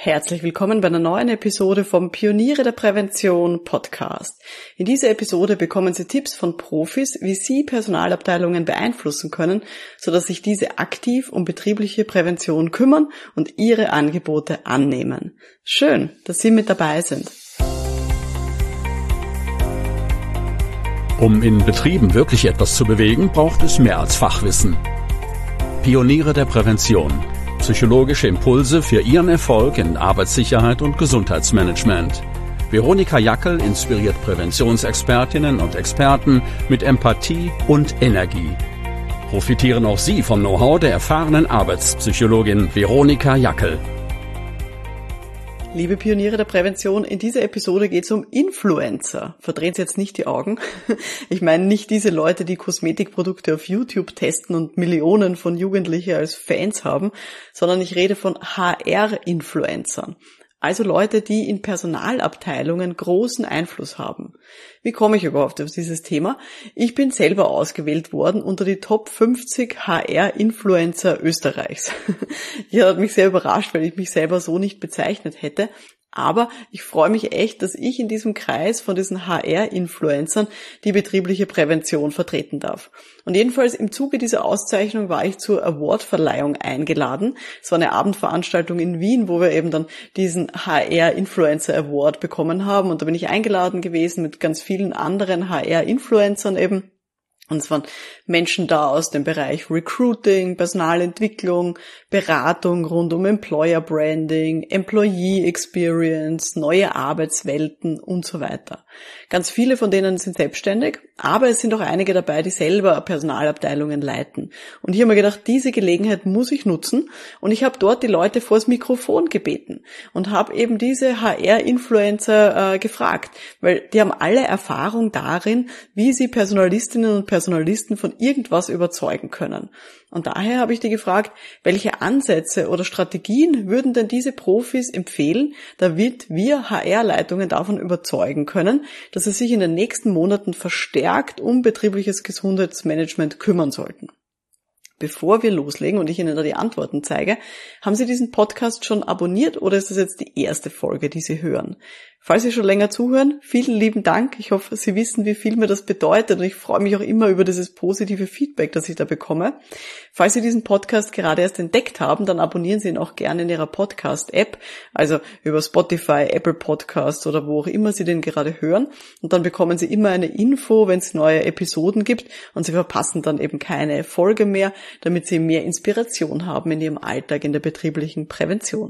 Herzlich willkommen bei einer neuen Episode vom Pioniere der Prävention Podcast. In dieser Episode bekommen Sie Tipps von Profis, wie Sie Personalabteilungen beeinflussen können, sodass sich diese aktiv um betriebliche Prävention kümmern und Ihre Angebote annehmen. Schön, dass Sie mit dabei sind. Um in Betrieben wirklich etwas zu bewegen, braucht es mehr als Fachwissen. Pioniere der Prävention. Psychologische Impulse für Ihren Erfolg in Arbeitssicherheit und Gesundheitsmanagement. Veronika Jackel inspiriert Präventionsexpertinnen und Experten mit Empathie und Energie. Profitieren auch Sie vom Know-how der erfahrenen Arbeitspsychologin Veronika Jackel. Liebe Pioniere der Prävention, in dieser Episode geht es um Influencer. Verdrehen Sie jetzt nicht die Augen. Ich meine nicht diese Leute, die Kosmetikprodukte auf YouTube testen und Millionen von Jugendlichen als Fans haben, sondern ich rede von HR-Influencern. Also Leute, die in Personalabteilungen großen Einfluss haben. Wie komme ich überhaupt auf dieses Thema? Ich bin selber ausgewählt worden unter die Top 50 HR-Influencer Österreichs. Hier hat mich sehr überrascht, weil ich mich selber so nicht bezeichnet hätte. Aber ich freue mich echt, dass ich in diesem Kreis von diesen HR-Influencern die betriebliche Prävention vertreten darf. Und jedenfalls im Zuge dieser Auszeichnung war ich zur Awardverleihung eingeladen. Es war eine Abendveranstaltung in Wien, wo wir eben dann diesen HR-Influencer Award bekommen haben. Und da bin ich eingeladen gewesen mit ganz vielen anderen HR-Influencern eben. Und es waren Menschen da aus dem Bereich Recruiting, Personalentwicklung, Beratung rund um Employer Branding, Employee Experience, neue Arbeitswelten und so weiter. Ganz viele von denen sind selbstständig, aber es sind auch einige dabei, die selber Personalabteilungen leiten. Und ich habe mir gedacht, diese Gelegenheit muss ich nutzen und ich habe dort die Leute vors Mikrofon gebeten und habe eben diese HR-Influencer gefragt, weil die haben alle Erfahrung darin, wie sie Personalistinnen und Personalisten von irgendwas überzeugen können. Und daher habe ich die gefragt, welche Ansätze oder Strategien würden denn diese Profis empfehlen, damit wir HR-Leitungen davon überzeugen können, dass sie sich in den nächsten Monaten verstärkt um betriebliches Gesundheitsmanagement kümmern sollten. Bevor wir loslegen und ich Ihnen da die Antworten zeige, haben Sie diesen Podcast schon abonniert oder ist das jetzt die erste Folge, die Sie hören? Falls Sie schon länger zuhören, vielen lieben Dank. Ich hoffe, Sie wissen, wie viel mir das bedeutet und ich freue mich auch immer über dieses positive Feedback, das ich da bekomme. Falls Sie diesen Podcast gerade erst entdeckt haben, dann abonnieren Sie ihn auch gerne in Ihrer Podcast-App, also über Spotify, Apple Podcasts oder wo auch immer Sie den gerade hören. Und dann bekommen Sie immer eine Info, wenn es neue Episoden gibt und Sie verpassen dann eben keine Folge mehr, damit Sie mehr Inspiration haben in Ihrem Alltag in der betrieblichen Prävention.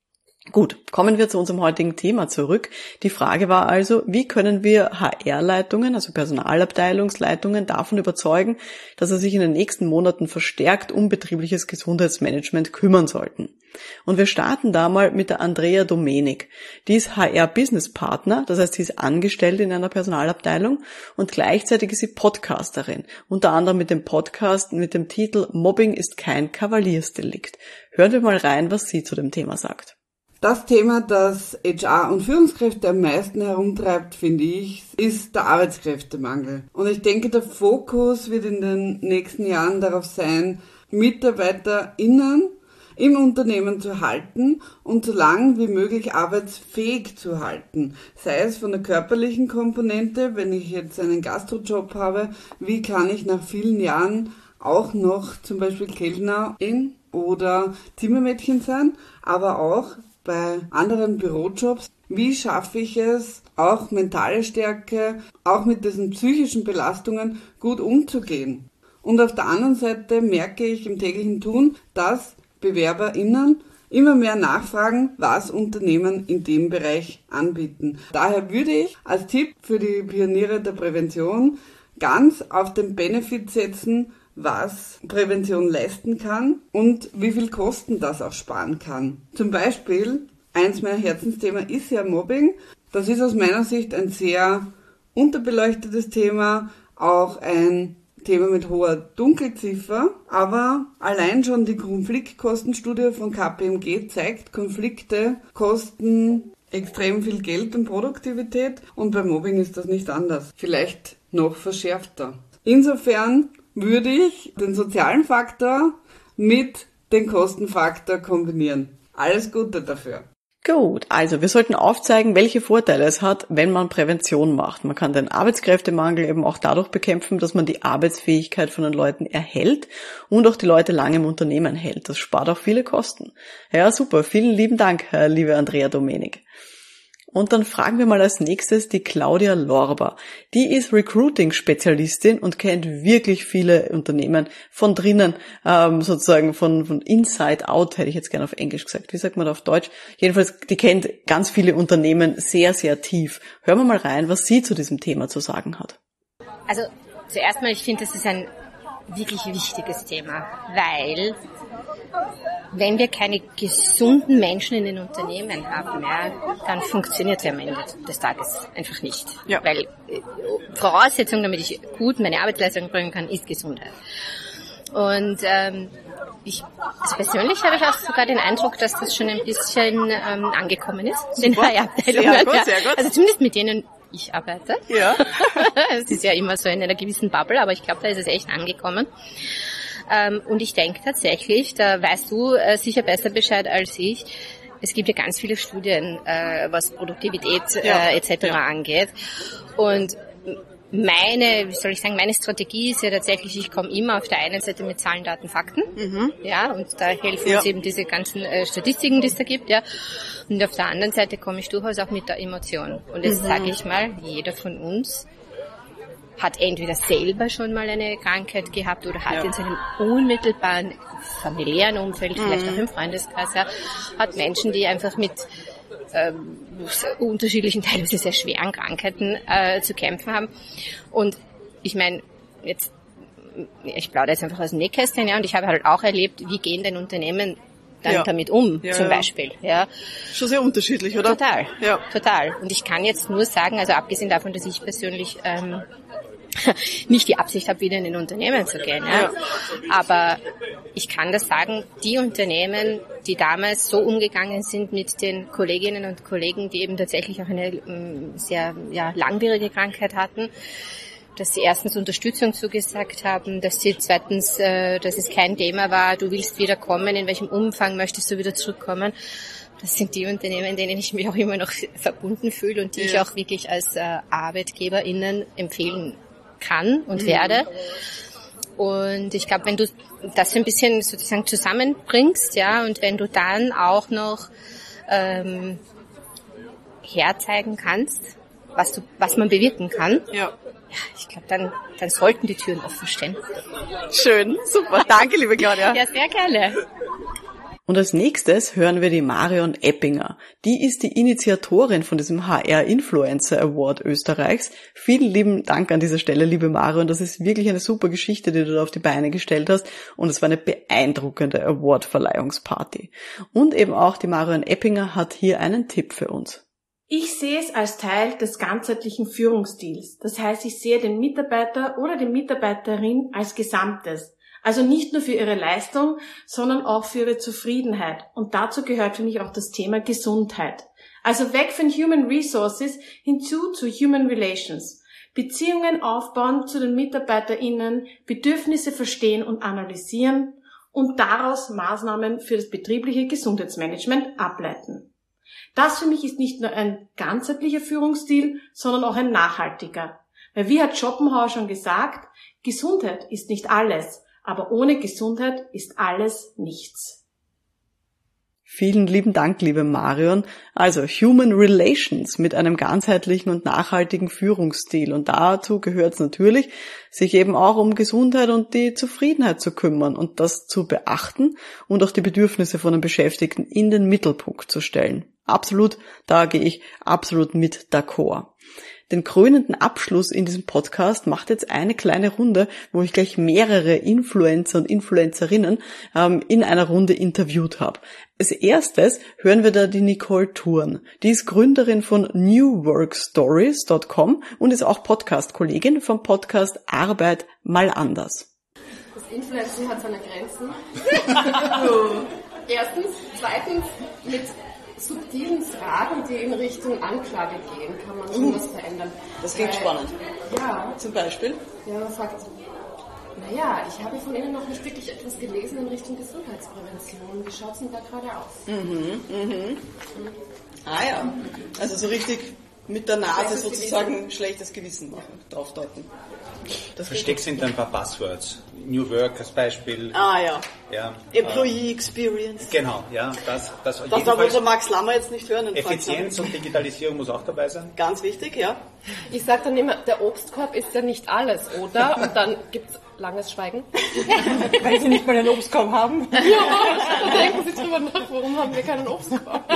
Gut, kommen wir zu unserem heutigen Thema zurück. Die Frage war also, wie können wir HR-Leitungen, also Personalabteilungsleitungen, davon überzeugen, dass sie sich in den nächsten Monaten verstärkt um betriebliches Gesundheitsmanagement kümmern sollten. Und wir starten da mal mit der Andrea Domenik. Die ist HR-Business-Partner, das heißt, sie ist angestellt in einer Personalabteilung und gleichzeitig ist sie Podcasterin, unter anderem mit dem Podcast mit dem Titel Mobbing ist kein Kavaliersdelikt. Hören wir mal rein, was sie zu dem Thema sagt. Das Thema, das HR und Führungskräfte am meisten herumtreibt, finde ich, ist der Arbeitskräftemangel. Und ich denke, der Fokus wird in den nächsten Jahren darauf sein, MitarbeiterInnen im Unternehmen zu halten und so lang wie möglich arbeitsfähig zu halten. Sei es von der körperlichen Komponente, wenn ich jetzt einen Gastrojob habe, wie kann ich nach vielen Jahren auch noch zum Beispiel Kellnerin oder Zimmermädchen sein, aber auch bei anderen Bürojobs, wie schaffe ich es, auch mentale Stärke, auch mit diesen psychischen Belastungen gut umzugehen. Und auf der anderen Seite merke ich im täglichen Tun, dass BewerberInnen immer mehr nachfragen, was Unternehmen in dem Bereich anbieten. Daher würde ich als Tipp für die Pioniere der Prävention ganz auf den Benefit setzen, was Prävention leisten kann und wie viel Kosten das auch sparen kann. Zum Beispiel, eins meiner Herzensthema ist ja Mobbing. Das ist aus meiner Sicht ein sehr unterbeleuchtetes Thema, auch ein Thema mit hoher Dunkelziffer, aber allein schon die Konfliktkostenstudie von KPMG zeigt, Konflikte kosten extrem viel Geld und Produktivität und bei Mobbing ist das nicht anders. Vielleicht noch verschärfter. Insofern würde ich den sozialen Faktor mit dem Kostenfaktor kombinieren. Alles Gute dafür. Gut, also wir sollten aufzeigen, welche Vorteile es hat, wenn man Prävention macht. Man kann den Arbeitskräftemangel eben auch dadurch bekämpfen, dass man die Arbeitsfähigkeit von den Leuten erhält und auch die Leute lange im Unternehmen hält. Das spart auch viele Kosten. Ja, super. Vielen lieben Dank, liebe Andrea Domenig. Und dann fragen wir mal als nächstes die Claudia Lorber. Die ist Recruiting-Spezialistin und kennt wirklich viele Unternehmen von drinnen, sozusagen von Inside Out, hätte ich jetzt gerne auf Englisch gesagt. Wie sagt man da auf Deutsch? Jedenfalls, die kennt ganz viele Unternehmen sehr, sehr tief. Hören wir mal rein, was sie zu diesem Thema zu sagen hat. Also zuerst mal, ich finde, das ist ein wirklich wichtiges Thema, weil wenn wir keine gesunden Menschen in den Unternehmen haben, ja, dann funktioniert es am Ende des Tages einfach nicht. Ja. Weil Voraussetzung, damit ich gut meine Arbeitsleistung bringen kann, ist Gesundheit. Und also persönlich habe ich auch sogar den Eindruck, dass das schon ein bisschen angekommen ist in der Abteilung. Sehr gut, sehr gut. Also zumindest mit denen ich arbeite. Ja. Es ist ja immer so in einer gewissen Bubble, aber ich glaube, da ist es echt angekommen. Und ich denke tatsächlich, da weißt du sicher besser Bescheid als ich, es gibt ja ganz viele Studien, was Produktivität etc. angeht. Und meine Strategie ist ja tatsächlich, ich komme immer auf der einen Seite mit Zahlen, Daten, Fakten, ja, und da helfen uns eben diese ganzen Statistiken, die es da gibt, ja. Und auf der anderen Seite komme ich durchaus auch mit der Emotion. Und jetzt sage ich mal, jeder von uns hat entweder selber schon mal eine Krankheit gehabt oder hat in seinem unmittelbaren familiären Umfeld, vielleicht auch im Freundeskreis, hat Menschen, die einfach mit unterschiedlichen, teilweise sehr schweren Krankheiten zu kämpfen haben. Und ich meine, ich plaudere jetzt einfach aus dem Nähkästchen, ja, und ich habe halt auch erlebt, wie gehen denn Unternehmen dann damit um, zum Beispiel. Ja. Schon sehr unterschiedlich, oder? Total, total. Und ich kann jetzt nur sagen, also abgesehen davon, dass ich persönlich nicht die Absicht habe, wieder in ein Unternehmen zu gehen. Ja. Aber ich kann das sagen, die Unternehmen, die damals so umgegangen sind mit den Kolleginnen und Kollegen, die eben tatsächlich auch eine sehr langwierige Krankheit hatten, dass sie erstens Unterstützung zugesagt haben, dass sie zweitens, dass es kein Thema war, du willst wieder kommen, in welchem Umfang möchtest du wieder zurückkommen. Das sind die Unternehmen, denen ich mich auch immer noch verbunden fühle und die ich auch wirklich als ArbeitgeberInnen empfehlen kann und werde. Und ich glaube, wenn du das ein bisschen sozusagen zusammenbringst, ja, und wenn du dann auch noch herzeigen kannst, was man bewirken kann, ich glaube, dann sollten die Türen offen stehen. Schön, super. Danke, liebe Claudia. Ja, sehr gerne. Und als nächstes hören wir die Marion Eppinger. Die ist die Initiatorin von diesem HR Influencer Award Österreichs. Vielen lieben Dank an dieser Stelle, liebe Marion. Das ist wirklich eine super Geschichte, die du da auf die Beine gestellt hast. Und es war eine beeindruckende Award-Verleihungsparty. Und eben auch die Marion Eppinger hat hier einen Tipp für uns. Ich sehe es als Teil des ganzheitlichen Führungsstils. Das heißt, ich sehe den Mitarbeiter oder die Mitarbeiterin als Gesamtes. Also nicht nur für ihre Leistung, sondern auch für ihre Zufriedenheit. Und dazu gehört für mich auch das Thema Gesundheit. Also weg von Human Resources hinzu zu Human Relations. Beziehungen aufbauen zu den MitarbeiterInnen, Bedürfnisse verstehen und analysieren und daraus Maßnahmen für das betriebliche Gesundheitsmanagement ableiten. Das für mich ist nicht nur ein ganzheitlicher Führungsstil, sondern auch ein nachhaltiger. Weil wie hat Schopenhauer schon gesagt, Gesundheit ist nicht alles. Aber ohne Gesundheit ist alles nichts. Vielen lieben Dank, liebe Marion. Also Human Relations mit einem ganzheitlichen und nachhaltigen Führungsstil. Und dazu gehört es natürlich, sich eben auch um Gesundheit und die Zufriedenheit zu kümmern und das zu beachten und auch die Bedürfnisse von den Beschäftigten in den Mittelpunkt zu stellen. Absolut, da gehe ich absolut mit d'accord. Den krönenden Abschluss in diesem Podcast macht jetzt eine kleine Runde, wo ich gleich mehrere Influencer und Influencerinnen in einer Runde interviewt habe. Als erstes hören wir da die Nicole Thurn. Die ist Gründerin von newworkstories.com und ist auch Podcast-Kollegin vom Podcast Arbeit mal anders. Das Influencing hat seine Grenzen. Erstens. Zweitens, mit subtilen Fragen, die in Richtung Anklage gehen, kann man schon was verändern. Das klingt spannend. Ja. Zum Beispiel? Ja, man sagt, naja, ich habe von Ihnen noch nicht wirklich etwas gelesen in Richtung Gesundheitsprävention. Wie schaut es denn da gerade aus? Also so richtig mit der Nase sozusagen schlechtes Gewissen machen, draufdeuten. Versteckt sind ein paar Buzzwords. New Work als Beispiel. Ja. Employee Experience. Genau, ja. Das darf unser Max Lammer jetzt nicht hören. Effizienz und Digitalisierung muss auch dabei sein. Ganz wichtig, ja. Ich sage dann immer, der Obstkorb ist ja nicht alles, oder? Und dann gibt's langes Schweigen. Weil sie nicht mal einen Obstkorb haben. Ja, dann denken sie drüber nach, warum haben wir keinen Obstkorb?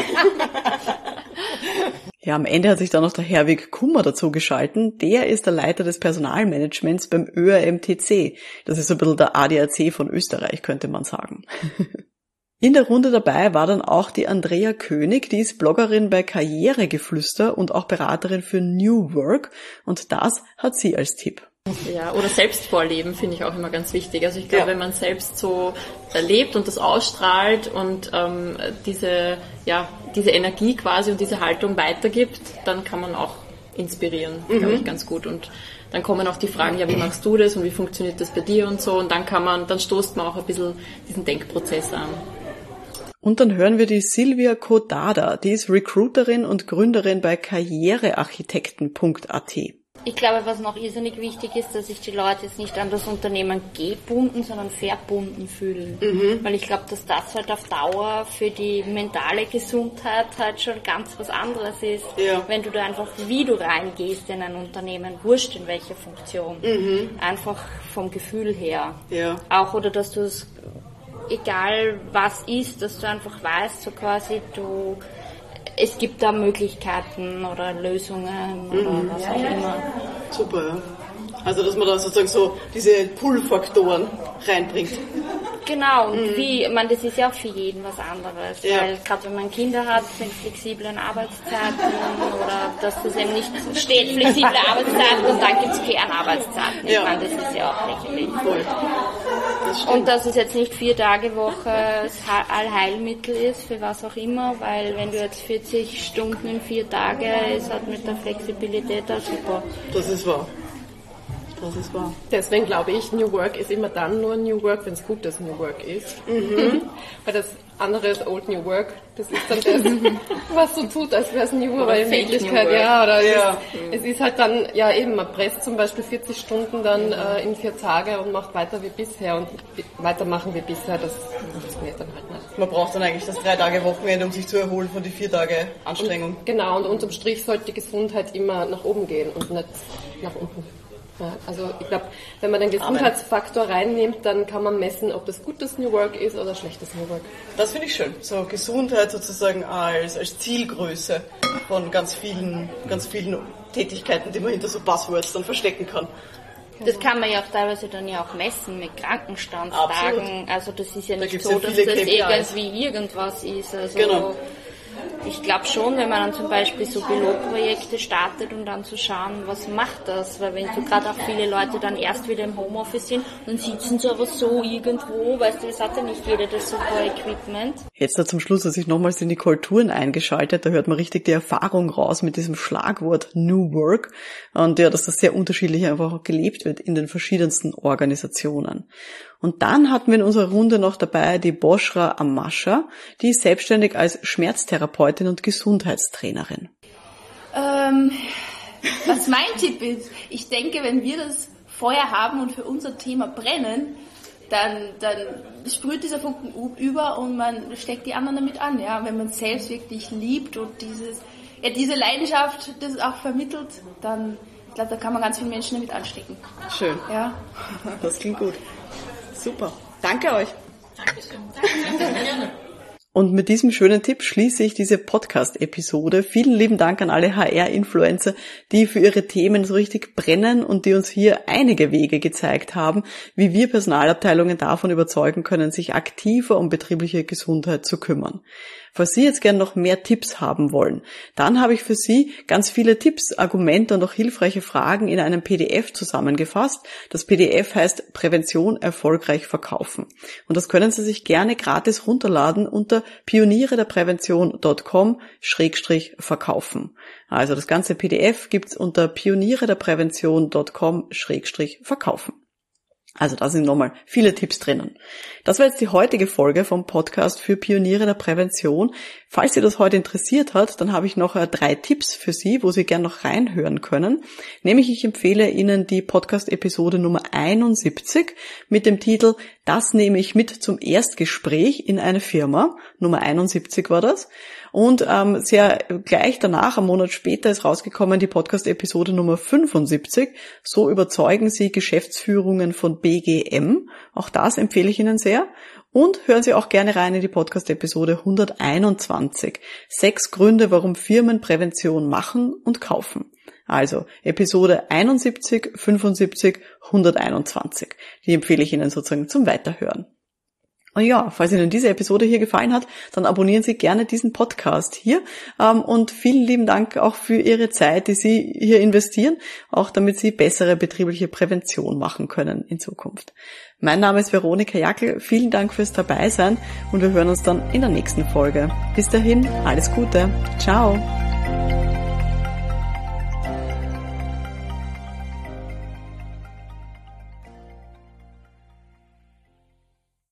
Ja, am Ende hat sich dann noch der Herwig Kummer dazu geschalten. Der ist der Leiter des Personalmanagements beim ÖRMTC. Das ist so ein bisschen der ADAC von Österreich, könnte man sagen. In der Runde dabei war dann auch die Andrea König, die ist Bloggerin bei Karrieregeflüster und auch Beraterin für New Work. Und das hat sie als Tipp. Ja, oder selbst vorleben finde ich auch immer ganz wichtig. Also ich glaube, wenn man selbst so erlebt und das ausstrahlt und diese Energie quasi und diese Haltung weitergibt, dann kann man auch inspirieren, glaube ich, ganz gut. Und dann kommen auch die Fragen, ja, wie machst du das und wie funktioniert das bei dir und so. Und dann stoßt man auch ein bisschen diesen Denkprozess an. Und dann hören wir die Silvia Kodada, die ist Recruiterin und Gründerin bei karrierearchitekten.at. Ich glaube, was noch irrsinnig wichtig ist, dass sich die Leute jetzt nicht an das Unternehmen gebunden, sondern verbunden fühlen. Weil ich glaube, dass das halt auf Dauer für die mentale Gesundheit halt schon ganz was anderes ist. Ja. Wenn du da einfach, wie du reingehst in ein Unternehmen, wurscht in welche Funktion. Einfach vom Gefühl her. Ja. Auch, oder dass du es, egal was ist, dass du einfach weißt, so quasi es gibt da Möglichkeiten oder Lösungen oder was auch immer. Super, ja. Also, dass man da sozusagen so diese Pull-Faktoren reinbringt. Genau, und das ist ja auch für jeden was anderes. Ja. Weil gerade wenn man Kinder hat mit flexiblen Arbeitszeiten oder dass das eben nicht steht, flexible Arbeitszeiten und dann gibt es Kernarbeitszeiten. Ich meine, das ist ja auch lächerlich. Voll. Und dass es jetzt nicht 4-Tage-Woche das Allheilmittel ist, für was auch immer, weil wenn du jetzt 40 Stunden in 4 Tage, ist halt mit der Flexibilität auch super. Das ist wahr. Das ist wahr. Deswegen glaube ich, New Work ist immer dann nur New Work, wenn es gutes New Work ist. Weil das andere ist Old New Work. Das ist dann das, was so tut, als wäre es New, aber in Wirklichkeit, es ist halt dann, ja eben, man presst zum Beispiel 40 Stunden dann in 4 Tage und macht weiter wie bisher und weitermachen wie bisher, das funktioniert dann halt nicht. Man braucht dann eigentlich das 3-Tage-Wochenende, um sich zu erholen von die 4 Tage Anstrengung. Genau, und unterm Strich sollte die Gesundheit immer nach oben gehen und nicht nach unten. Ja, also ich glaube, wenn man den Gesundheitsfaktor reinnimmt, dann kann man messen, ob das gutes New Work ist oder schlechtes New Work. Das finde ich schön. So Gesundheit sozusagen als Zielgröße von ganz vielen Tätigkeiten, die man hinter so Buzzwords dann verstecken kann. Das kann man ja auch teilweise dann ja auch messen mit Krankenstandstagen. Absolut. Also das ist ja nicht so, dass das irgendwie irgendwas ist. Also genau. Ich glaube schon, wenn man dann zum Beispiel so Pilotprojekte startet und dann zu schauen, was macht das? Weil wenn so gerade auch viele Leute dann erst wieder im Homeoffice sind, dann sitzen sie aber so irgendwo, weißt du, das hat ja nicht jeder das super Equipment. Jetzt da zum Schluss hat sich nochmals die Nicole Thuren eingeschaltet, da hört man richtig die Erfahrung raus mit diesem Schlagwort New Work und ja, dass das sehr unterschiedlich einfach auch gelebt wird in den verschiedensten Organisationen. Und dann hatten wir in unserer Runde noch dabei die Boshra Amasha, die ist selbstständig als Schmerztherapeutin und Gesundheitstrainerin. Was mein Tipp ist, ich denke, wenn wir das Feuer haben und für unser Thema brennen, dann sprüht dieser Funken über und man steckt die anderen damit an. Ja, wenn man es selbst wirklich liebt und diese Leidenschaft das auch vermittelt, dann, ich glaube, da kann man ganz viele Menschen damit anstecken. Schön. Ja. Das klingt gut. Super. Danke euch. Dankeschön. Danke gerne. Und mit diesem schönen Tipp schließe ich diese Podcast-Episode. Vielen lieben Dank an alle HR-Influencer, die für ihre Themen so richtig brennen und die uns hier einige Wege gezeigt haben, wie wir Personalabteilungen davon überzeugen können, sich aktiver um betriebliche Gesundheit zu kümmern. Falls Sie jetzt gern noch mehr Tipps haben wollen, dann habe ich für Sie ganz viele Tipps, Argumente und auch hilfreiche Fragen in einem PDF zusammengefasst. Das PDF heißt Prävention erfolgreich verkaufen. Und das können Sie sich gerne gratis runterladen unter pionierederprävention.com/verkaufen. Also das ganze PDF gibt's unter pionierederprävention.com/verkaufen. Also da sind nochmal viele Tipps drinnen. Das war jetzt die heutige Folge vom Podcast für Pioniere der Prävention. Falls Sie das heute interessiert hat, dann habe ich noch 3 Tipps für Sie, wo Sie gerne noch reinhören können. Nämlich ich empfehle Ihnen die Podcast-Episode Nummer 71 mit dem Titel "Das nehme ich mit zum Erstgespräch in eine Firma". Nummer 71 war das. Und sehr gleich danach, einen Monat später, ist rausgekommen die Podcast-Episode Nummer 75. So überzeugen Sie Geschäftsführungen von BGM. Auch das empfehle ich Ihnen sehr. Und hören Sie auch gerne rein in die Podcast-Episode 121. 6 Gründe, warum Firmen Prävention machen und kaufen. Also Episode 71, 75, 121. Die empfehle ich Ihnen sozusagen zum Weiterhören. Und ja, falls Ihnen diese Episode hier gefallen hat, dann abonnieren Sie gerne diesen Podcast hier. Und vielen lieben Dank auch für Ihre Zeit, die Sie hier investieren, auch damit Sie bessere betriebliche Prävention machen können in Zukunft. Mein Name ist Veronika Jackel. Vielen Dank fürs Dabeisein und wir hören uns dann in der nächsten Folge. Bis dahin, alles Gute. Ciao.